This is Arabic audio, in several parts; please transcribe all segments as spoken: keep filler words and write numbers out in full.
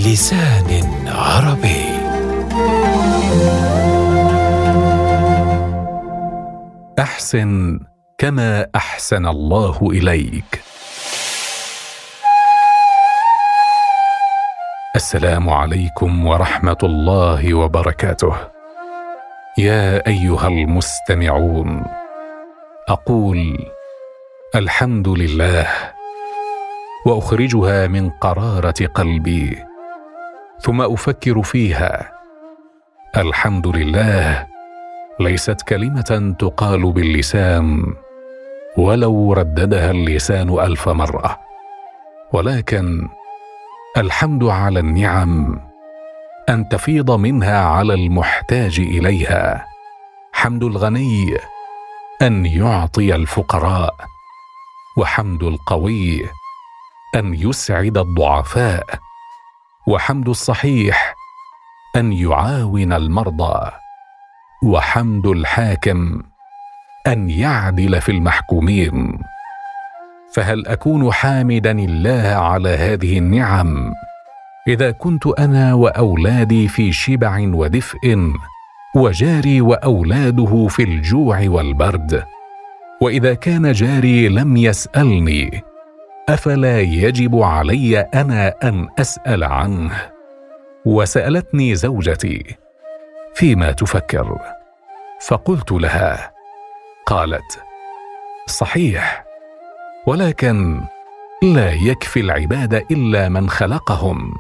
بلسان عربي. أحسن كما أحسن الله إليك. السلام عليكم ورحمة الله وبركاته. يا أيها المستمعون، أقول الحمد لله، وأخرجها من قرارة قلبي، ثم أفكر فيها. الحمد لله ليست كلمة تقال باللسان ولو رددها اللسان ألف مرة، ولكن الحمد على النعم أن تفيض منها على المحتاج إليها. حمد الغني أن يعطي الفقراء، وحمد القوي أن يسعد الضعفاء، وحمد الصحيح أن يعاون المرضى، وحمد الحاكم أن يعدل في المحكومين. فهل أكون حامدا الله على هذه النعم إذا كنت أنا وأولادي في شبع ودفء، وجاري وأولاده في الجوع والبرد؟ وإذا كان جاري لم يسألني، أفلا يجب علي أنا أن أسأل عنه؟ وسألتني زوجتي: فيما تفكر؟ فقلت لها، قالت: صحيح، ولكن لا يكفي العباد إلا من خلقهم،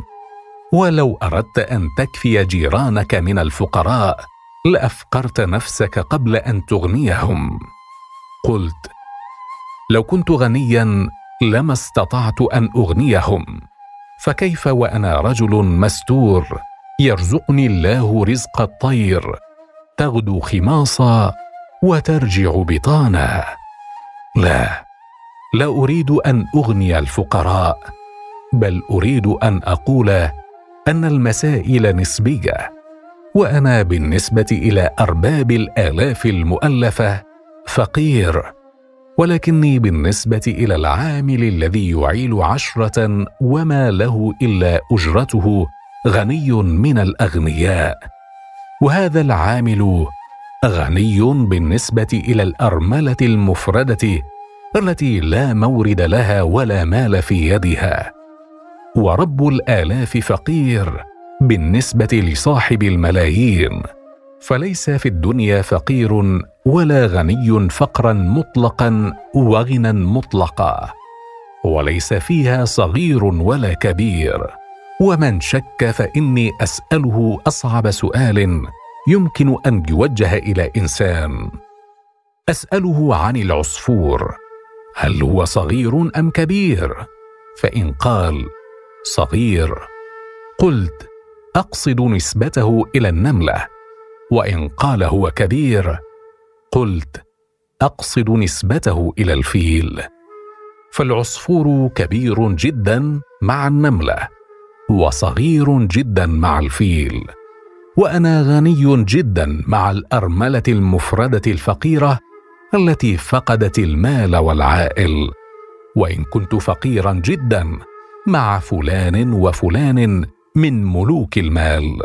ولو أردت أن تكفي جيرانك من الفقراء لأفقرت نفسك قبل أن تغنيهم. قلت: لو كنت غنيا لما استطعت أن أغنيهم، فكيف وأنا رجل مستور يرزقني الله رزق الطير، تغدو خماصا وترجع بطانا؟ لا، لا أريد أن أغني الفقراء، بل أريد أن أقول أن المسائل نسبية، وأنا بالنسبة إلى أرباب الآلاف المؤلفة فقير، ولكني بالنسبة إلى العامل الذي يعيل عشرة وما له إلا أجرته غني من الأغنياء. وهذا العامل غني بالنسبة إلى الأرملة المفردة التي لا مورد لها ولا مال في يدها. ورب الآلاف فقير بالنسبة لصاحب الملايين، فليس في الدنيا فقير ولا غني فقرا مطلقا وغنى مطلقا، وليس فيها صغير ولا كبير. ومن شك فإني أسأله أصعب سؤال يمكن أن يوجه إلى إنسان. أسأله عن العصفور: هل هو صغير أم كبير؟ فإن قال صغير، قلت: أقصد نسبته إلى النملة. وإن قال هو كبير، قلت: أقصد نسبته إلى الفيل. فالعصفور كبير جدا مع النملة، وصغير جدا مع الفيل، وأنا غني جدا مع الأرملة المفردة الفقيرة التي فقدت المال والعائل، وإن كنت فقيرا جدا مع فلان وفلان من ملوك المال.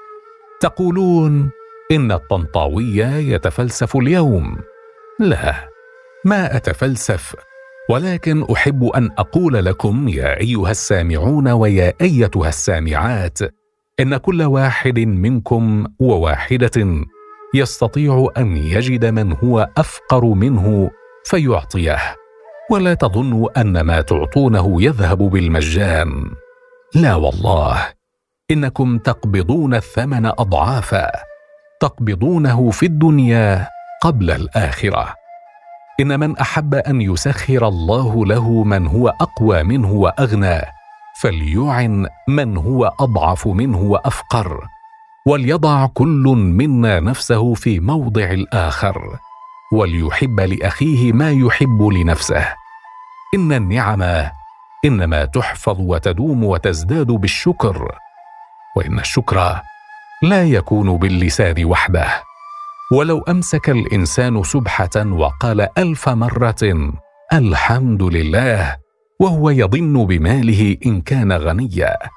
تقولون إن الطنطاوي يتفلسف اليوم. لا، ما أتفلسف، ولكن أحب أن أقول لكم يا أيها السامعون ويا أيتها السامعات، إن كل واحد منكم وواحدة يستطيع أن يجد من هو أفقر منه فيعطيه، ولا تظنوا أن ما تعطونه يذهب بالمجان. لا والله، إنكم تقبضون الثمن أضعافا، تقبضونه في الدنيا قبل الآخرة. إن من أحب أن يسخر الله له من هو أقوى منه وأغنى، فليعن من هو أضعف منه وأفقر، وليضع كل منا نفسه في موضع الآخر، وليحب لأخيه ما يحب لنفسه. إن النعم إنما تحفظ وتدوم وتزداد بالشكر، وإن الشكر لا يكون باللسان وحده. ولو أمسك الإنسان سبحة وقال ألف مرة الحمد لله وهو يضن بماله إن كان غنيا،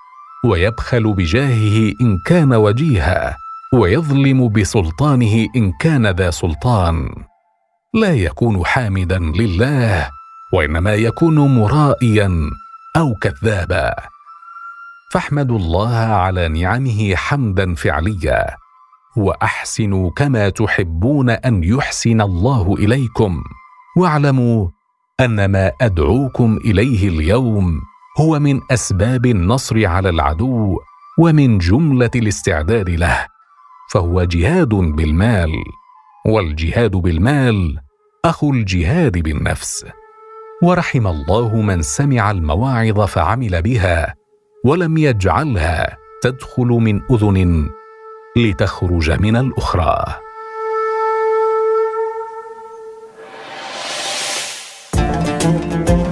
ويبخل بجاهه إن كان وجيها، ويظلم بسلطانه إن كان ذا سلطان. لا يكون حامدا لله، وإنما يكون مرائيا أو كذابا. فاحمدوا الله على نعمه حمدا فعليا، وأحسنوا كما تحبون أن يحسن الله إليكم، واعلموا أن ما أدعوكم إليه اليوم هو من أسباب النصر على العدو ومن جملة الاستعداد له، فهو جهاد بالمال، والجهاد بالمال أخو الجهاد بالنفس. ورحم الله من سمع المواعظ فعمل بها، ولم يجعلها تدخل من أذن لتخرج من الأخرى. thank you